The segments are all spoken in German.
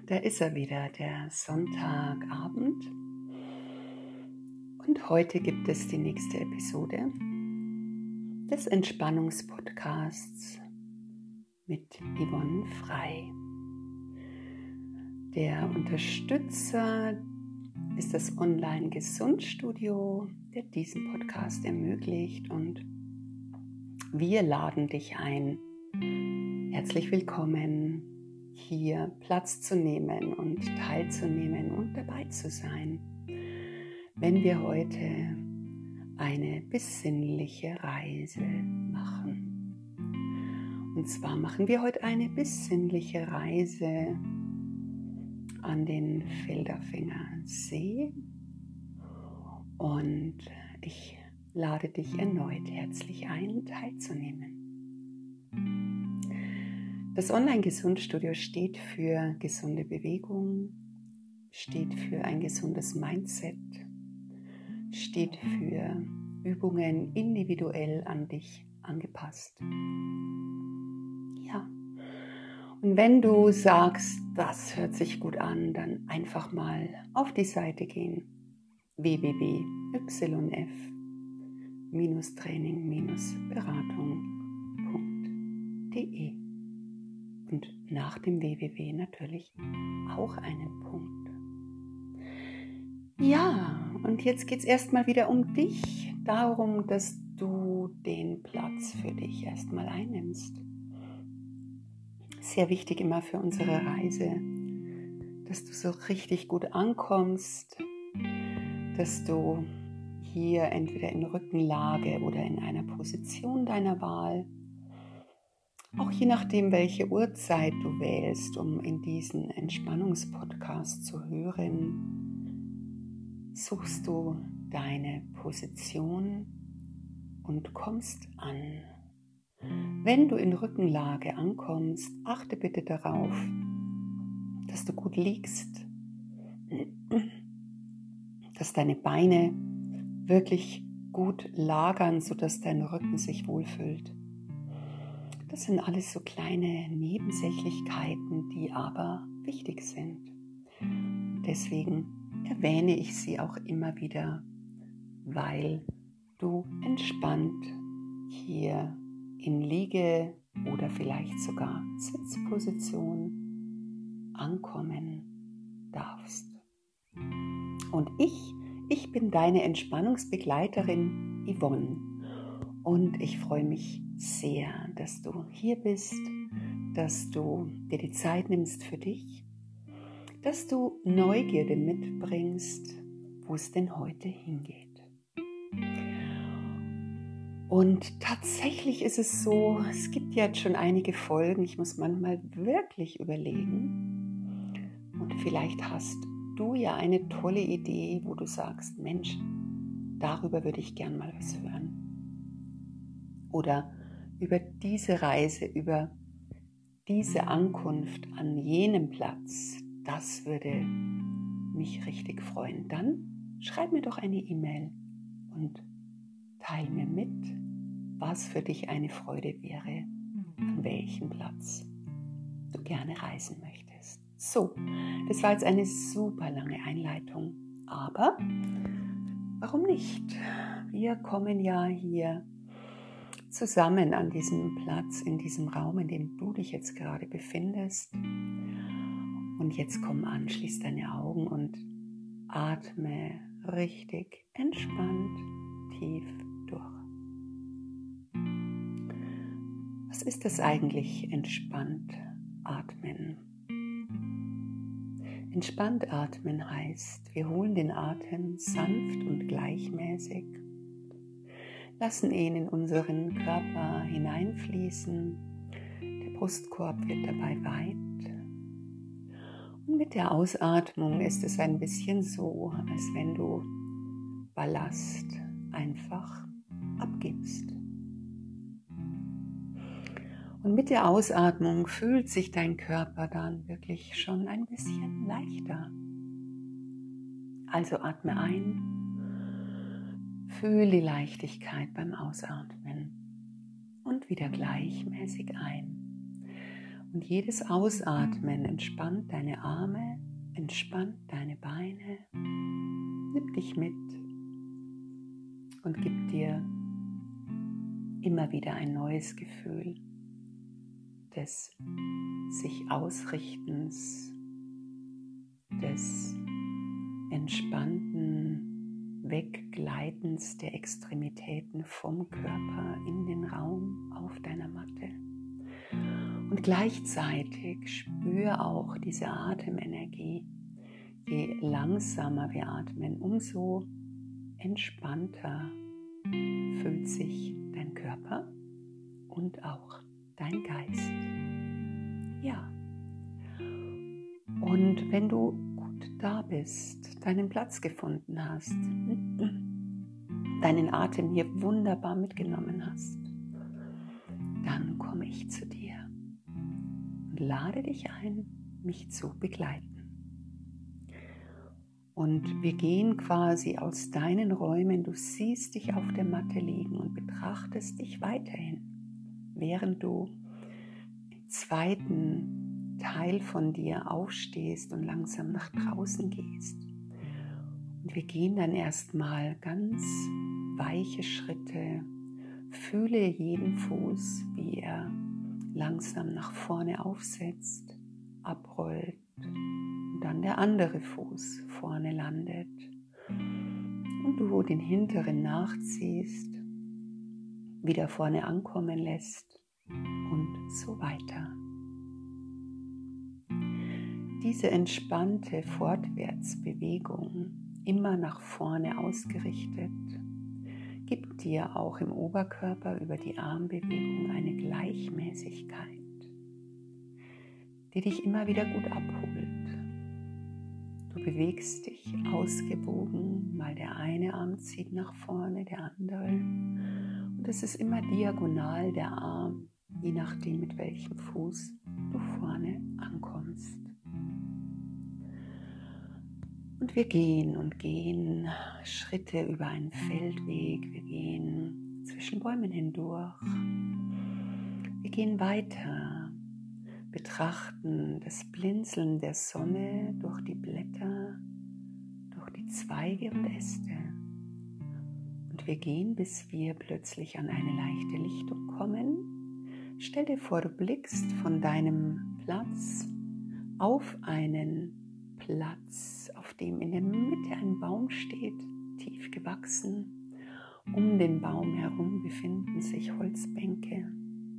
da ist er wieder, der Sonntagabend. Und heute gibt es die nächste Episode des Entspannungspodcasts mit Yvonne Frei. Der Unterstützer ist das Online-Gesundstudio, der diesen Podcast ermöglicht, und wir laden dich ein, herzlich willkommen, hier Platz zu nehmen und teilzunehmen und dabei zu sein, wenn wir heute eine besinnliche Reise machen. Und zwar machen wir heute eine besinnliche Reise an den Filderfinger See, und ich lade dich erneut herzlich ein, teilzunehmen. Das Online-Gesundstudio steht für gesunde Bewegung, steht für ein gesundes Mindset, steht für Übungen individuell an dich angepasst. Ja, und wenn du sagst, das hört sich gut an, dann einfach mal auf die Seite gehen, www.yf-training-beratung.de, und nach dem www natürlich auch einen Punkt. Ja, und jetzt geht es erstmal wieder um dich, darum, dass du den Platz für dich erstmal einnimmst. Sehr wichtig immer für unsere Reise, dass du so richtig gut ankommst, dass du hier entweder in Rückenlage oder in einer Position deiner Wahl, auch je nachdem, welche Uhrzeit du wählst, um in diesen Entspannungspodcast zu hören, suchst du deine Position und kommst an. Wenn du in Rückenlage ankommst, achte bitte darauf, dass du gut liegst, dass deine Beine wirklich gut lagern, sodass dein Rücken sich wohlfühlt. Das sind alles so kleine Nebensächlichkeiten, die aber wichtig sind. Deswegen erwähne ich sie auch immer wieder, weil du entspannt hier in Liege- oder vielleicht sogar Sitzposition ankommen darfst. Und ich bin deine Entspannungsbegleiterin Yvonne, und ich freue mich sehr, dass du hier bist, dass du dir die Zeit nimmst für dich, dass du Neugierde mitbringst, wo es denn heute hingeht. Und tatsächlich ist es so, es gibt jetzt schon einige Folgen, ich muss manchmal wirklich überlegen, und vielleicht hast du ja eine tolle Idee, wo du sagst, Mensch, darüber würde ich gern mal was hören. Oder über diese Reise, über diese Ankunft an jenem Platz, das würde mich richtig freuen. Dann schreib mir doch eine E-Mail und teile mir mit, was für dich eine Freude wäre, an welchem Platz du gerne reisen möchtest. So, das war jetzt eine super lange Einleitung, aber warum nicht? Wir kommen ja hier zusammen an diesem Platz, in diesem Raum, in dem du dich jetzt gerade befindest. Und jetzt komm an, schließ deine Augen und atme richtig entspannt tief durch. Was ist das eigentlich, entspannt atmen? Entspannt atmen heißt, wir holen den Atem sanft und gleichmäßig, lassen ihn in unseren Körper hineinfließen, der Brustkorb wird dabei weit. Und mit der Ausatmung ist es ein bisschen so, als wenn du Ballast einfach abgibst. Und mit der Ausatmung fühlt sich dein Körper dann wirklich schon ein bisschen leichter. Also atme ein, fühle die Leichtigkeit beim Ausatmen und wieder gleichmäßig ein. Und jedes Ausatmen entspannt deine Arme, entspannt deine Beine, nimm dich mit und gib dir immer wieder ein neues Gefühl des sich Ausrichtens, des entspannten Weggleitens der Extremitäten vom Körper in den Raum auf deiner Matte. Und gleichzeitig spüre auch diese Atemenergie. Je langsamer wir atmen, umso entspannter fühlt sich dein Körper und auch dein Geist. Ja. Und wenn du gut da bist, deinen Platz gefunden hast, deinen Atem hier wunderbar mitgenommen hast, dann komme ich zu dir und lade dich ein, mich zu begleiten. Und wir gehen quasi aus deinen Räumen, du siehst dich auf der Matte liegen und betrachtest dich weiterhin, während du im zweiten Teil von dir aufstehst und langsam nach draußen gehst. Und wir gehen dann erstmal ganz weiche Schritte, fühle jeden Fuß, wie er langsam nach vorne aufsetzt, abrollt und dann der andere Fuß vorne landet und du den hinteren nachziehst, wieder vorne ankommen lässt und so weiter. Diese entspannte Fortwärtsbewegung, immer nach vorne ausgerichtet, gibt dir auch im Oberkörper über die Armbewegung eine Gleichmäßigkeit, die dich immer wieder gut abholt. Du bewegst dich ausgewogen, mal der eine Arm zieht nach vorne, der andere. Und es ist immer diagonal der Arm, je nachdem mit welchem Fuß du vorne ankommst. Und wir gehen und gehen Schritte über einen Feldweg, wir gehen zwischen Bäumen hindurch, wir gehen weiter, betrachten das Blinzeln der Sonne durch die Blätter, durch die Zweige und Äste. Und wir gehen, bis wir plötzlich an eine leichte Lichtung kommen. Stell dir vor, du blickst von deinem Platz auf einen Platz, auf dem in der Mitte ein Baum steht, tief gewachsen. Um den Baum herum befinden sich Holzbänke.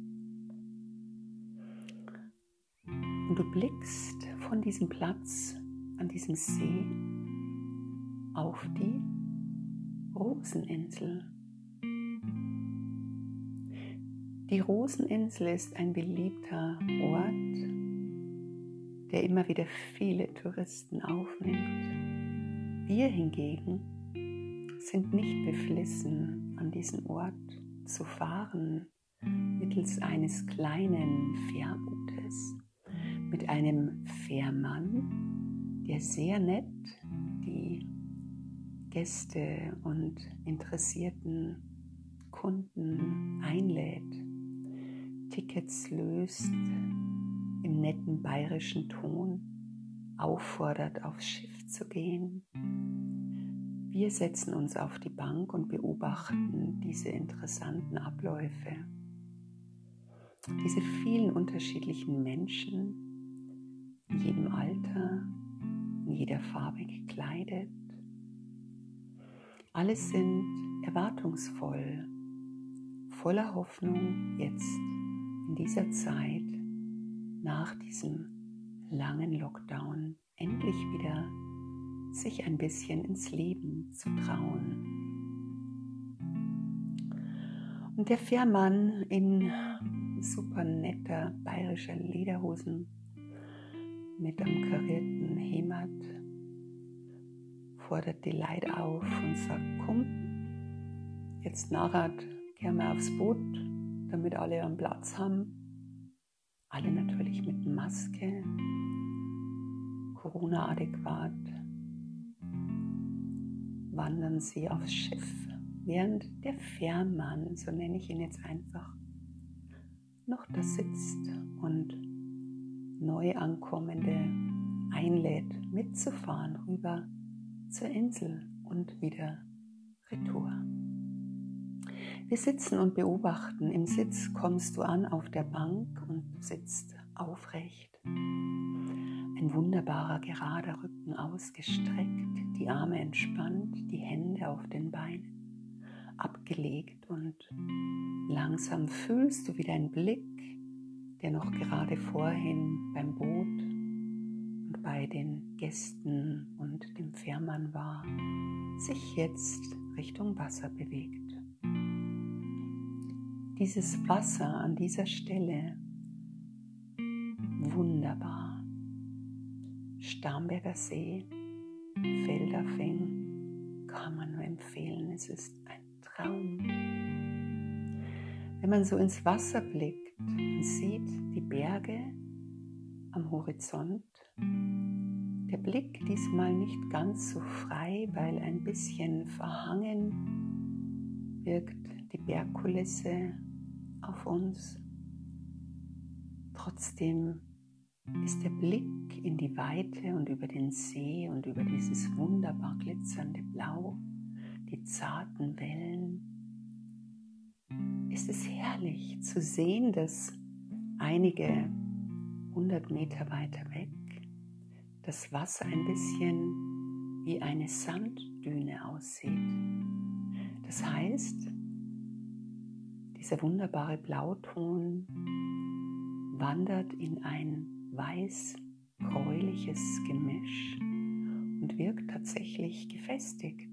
Und du blickst von diesem Platz an diesem See auf die Roseninsel. Die Roseninsel ist ein beliebter Ort, der immer wieder viele Touristen aufnimmt. Wir hingegen sind nicht beflissen, an diesen Ort zu fahren, mittels eines kleinen Fährbootes, mit einem Fährmann, der sehr nett die Gäste und interessierten Kunden einlädt, Tickets löst, im netten bayerischen Ton auffordert, aufs Schiff zu gehen. Wir setzen uns auf die Bank und beobachten diese interessanten Abläufe. Diese vielen unterschiedlichen Menschen, in jedem Alter, in jeder Farbe gekleidet. Alle sind erwartungsvoll, voller Hoffnung, jetzt in dieser Zeit nach diesem langen Lockdown endlich wieder sich ein bisschen ins Leben zu trauen. Und der Fährmann in super netter bayerischer Lederhosen mit einem karierten Hemd fordert die Leute auf und sagt, komm, jetzt nachher gehen wir aufs Boot, damit alle einen Platz haben. Alle natürlich mit Maske, Corona-adäquat, wandern sie aufs Schiff, während der Fährmann, so nenne ich ihn jetzt einfach, noch da sitzt und Neuankommende einlädt, mitzufahren rüber zur Insel und wieder retour. Wir sitzen und beobachten. Im Sitz kommst du an auf der Bank und sitzt aufrecht. Ein wunderbarer gerader Rücken ausgestreckt, die Arme entspannt, die Hände auf den Beinen abgelegt und langsam fühlst du, wie dein Blick, der noch gerade vorhin beim Boot und bei den Gästen und dem Fährmann war, sich jetzt Richtung Wasser bewegt. Dieses Wasser an dieser Stelle, wunderbar. Starnberger See, Feldafing, kann man nur empfehlen. Es ist ein Traum. Wenn man so ins Wasser blickt und sieht die Berge am Horizont, der Blick diesmal nicht ganz so frei, weil ein bisschen verhangen wirkt die Bergkulisse auf uns. Trotzdem ist der Blick in die Weite und über den See und über dieses wunderbar glitzernde Blau, die zarten Wellen, ist es herrlich zu sehen, dass einige 100 Meter weiter weg das Wasser ein bisschen wie eine Sanddüne aussieht. Das heißt, dieser wunderbare Blauton wandert in ein weiß-gräuliches Gemisch und wirkt tatsächlich gefestigt.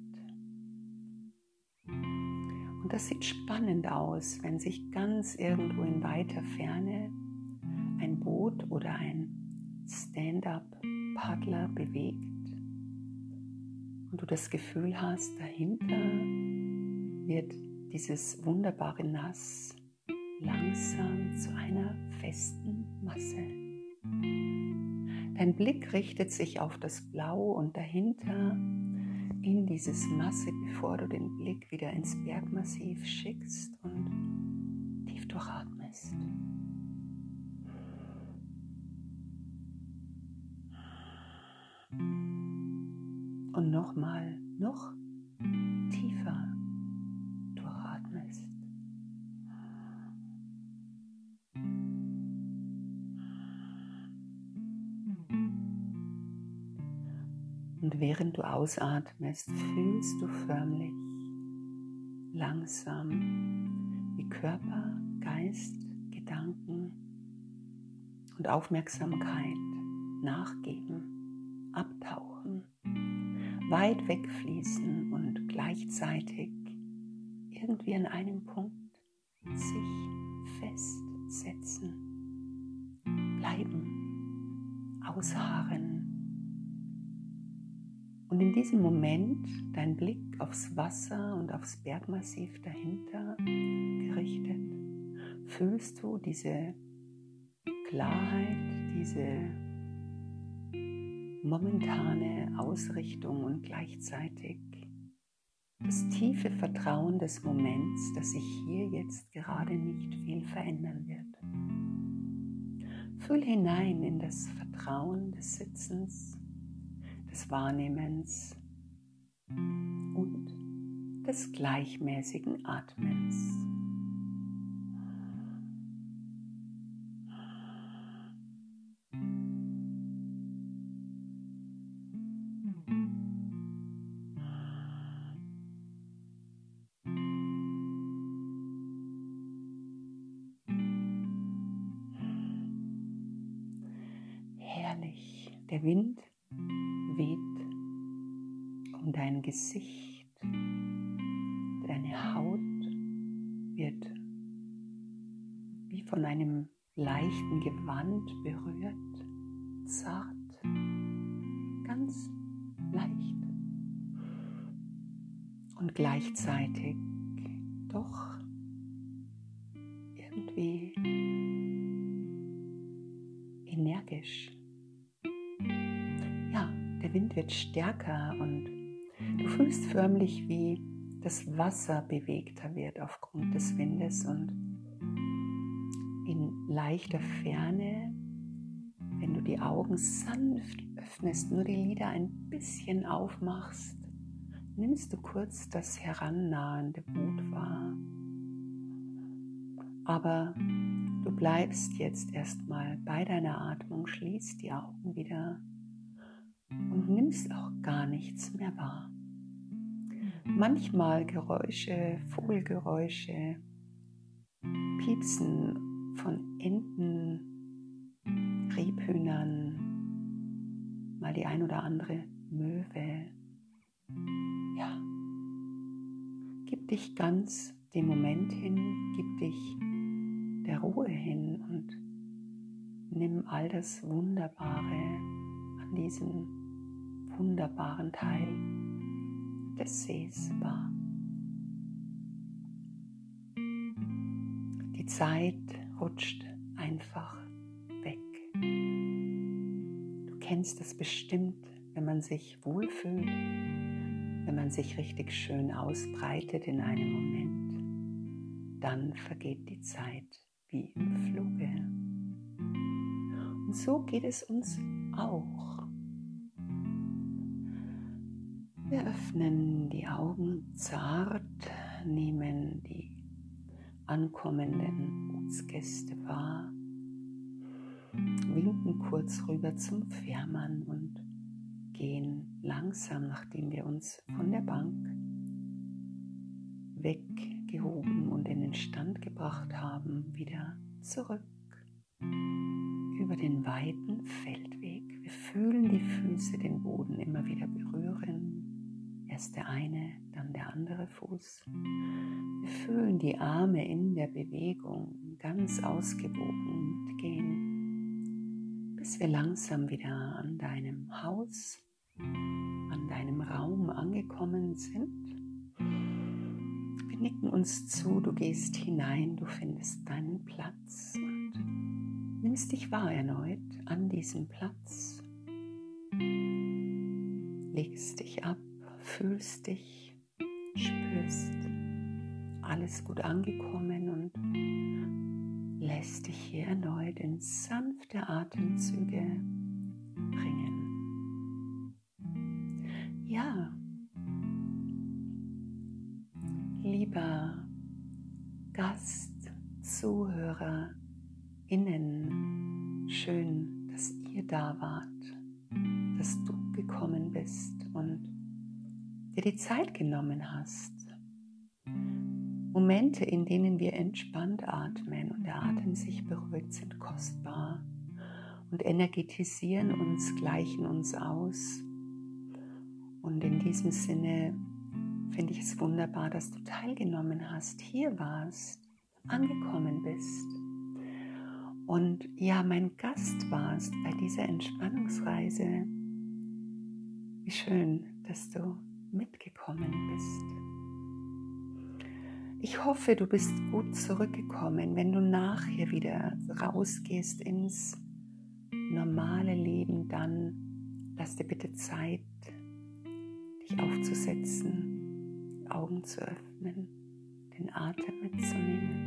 Und das sieht spannend aus, wenn sich ganz irgendwo in weiter Ferne ein Boot oder ein Stand-up-Paddler bewegt und du das Gefühl hast, dahinter wird dieses wunderbare Nass langsam zu einer festen Masse. Dein Blick richtet sich auf das Blau und dahinter in dieses Masse, bevor du den Blick wieder ins Bergmassiv schickst und tief durchatmest. Und nochmal, noch tiefer durchatmest. Und während du ausatmest, fühlst du förmlich langsam, wie Körper, Geist, Gedanken und Aufmerksamkeit nachgeben, abtauchen, weit wegfließen und gleichzeitig irgendwie an einem Punkt sich festsetzen, bleiben, ausharren. Und in diesem Moment dein Blick aufs Wasser und aufs Bergmassiv dahinter gerichtet, fühlst du diese Klarheit, diese momentane Ausrichtung und gleichzeitig das tiefe Vertrauen des Moments, dass sich hier jetzt gerade nicht viel verändern wird. Fühl hinein in das Vertrauen des Sitzens, des Wahrnehmens und des gleichmäßigen Atmens. Herrlich, der Wind weht um dein Gesicht, deine Haut wird wie von einem leichten Gewand berührt, zart, ganz leicht und gleichzeitig doch irgendwie energisch. Ja, der Wind wird stärker und du fühlst förmlich, wie das Wasser bewegter wird aufgrund des Windes und in leichter Ferne wenn du die Augen sanft öffnest, nur die Lider ein bisschen aufmachst, nimmst du kurz das herannahende Boot wahr. Aber du bleibst jetzt erstmal bei deiner Atmung, schließt die Augen wieder und nimmst auch gar nichts mehr wahr. Manchmal Geräusche, Vogelgeräusche, Piepsen von Enten, Rebhühnern, mal die ein oder andere Möwe. Ja, gib dich ganz dem Moment hin, gib dich der Ruhe hin und nimm all das Wunderbare an diesem wunderbaren Teil des Sees wahr. Die Zeit rutscht einfach weg. Du kennst es bestimmt, wenn man sich wohlfühlt, wenn man sich richtig schön ausbreitet in einem Moment, dann vergeht die Zeit wie im Fluge. Und so geht es uns auch. Wir öffnen die Augen zart, nehmen die ankommenden Gutsgäste wahr, winken kurz rüber zum Fährmann und gehen langsam, nachdem wir uns von der Bank weggehoben und in den Stand gebracht haben, wieder zurück über den weiten Feldweg. Wir fühlen die Füße den Boden immer wieder berühren. Erst der eine, dann der andere Fuß. Wir fühlen die Arme in der Bewegung ganz ausgewogen mitgehen, bis wir langsam wieder an deinem Haus, an deinem Raum angekommen sind. Wir nicken uns zu, du gehst hinein, du findest deinen Platz und nimmst dich wahr erneut an diesem Platz. Legst dich ab, fühlst dich, spürst alles gut angekommen und lässt dich hier erneut in sanfte Atemzüge bringen. Ja, lieber Gast, Zuhörer, schön, dass ihr da wart, dass du gekommen bist und dir die Zeit genommen hast. Momente, in denen wir entspannt atmen und der Atem sich beruhigt, sind kostbar und energetisieren uns, gleichen uns aus. Und in diesem Sinne finde ich es wunderbar, dass du teilgenommen hast, hier warst, angekommen bist und ja, mein Gast warst bei dieser Entspannungsreise. Wie schön, dass du mitgekommen bist. Ich hoffe, du bist gut zurückgekommen. Wenn du nachher wieder rausgehst ins normale Leben, dann lass dir bitte Zeit, dich aufzusetzen, die Augen zu öffnen, den Atem mitzunehmen.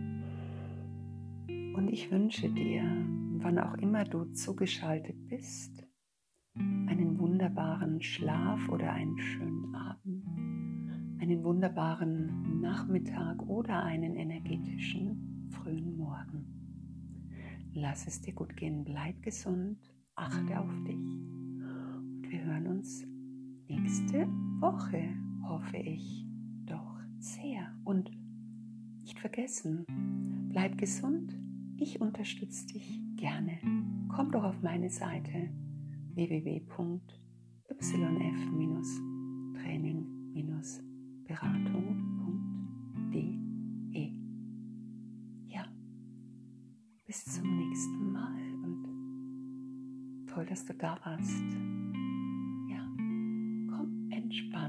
Und ich wünsche dir, wann auch immer du zugeschaltet bist, einen wunderbaren Schlaf oder einen schönen Abend, einen wunderbaren Nachmittag oder einen energetischen frühen Morgen. Lass es dir gut gehen, bleib gesund, achte auf dich und wir hören uns nächste Woche, hoffe ich doch sehr. Und nicht vergessen, bleib gesund, ich unterstütze dich gerne. Komm doch auf meine Seite www.yf-training-beratung.de. Ja, bis zum nächsten Mal und toll, dass du da warst. Ja, komm, entspann.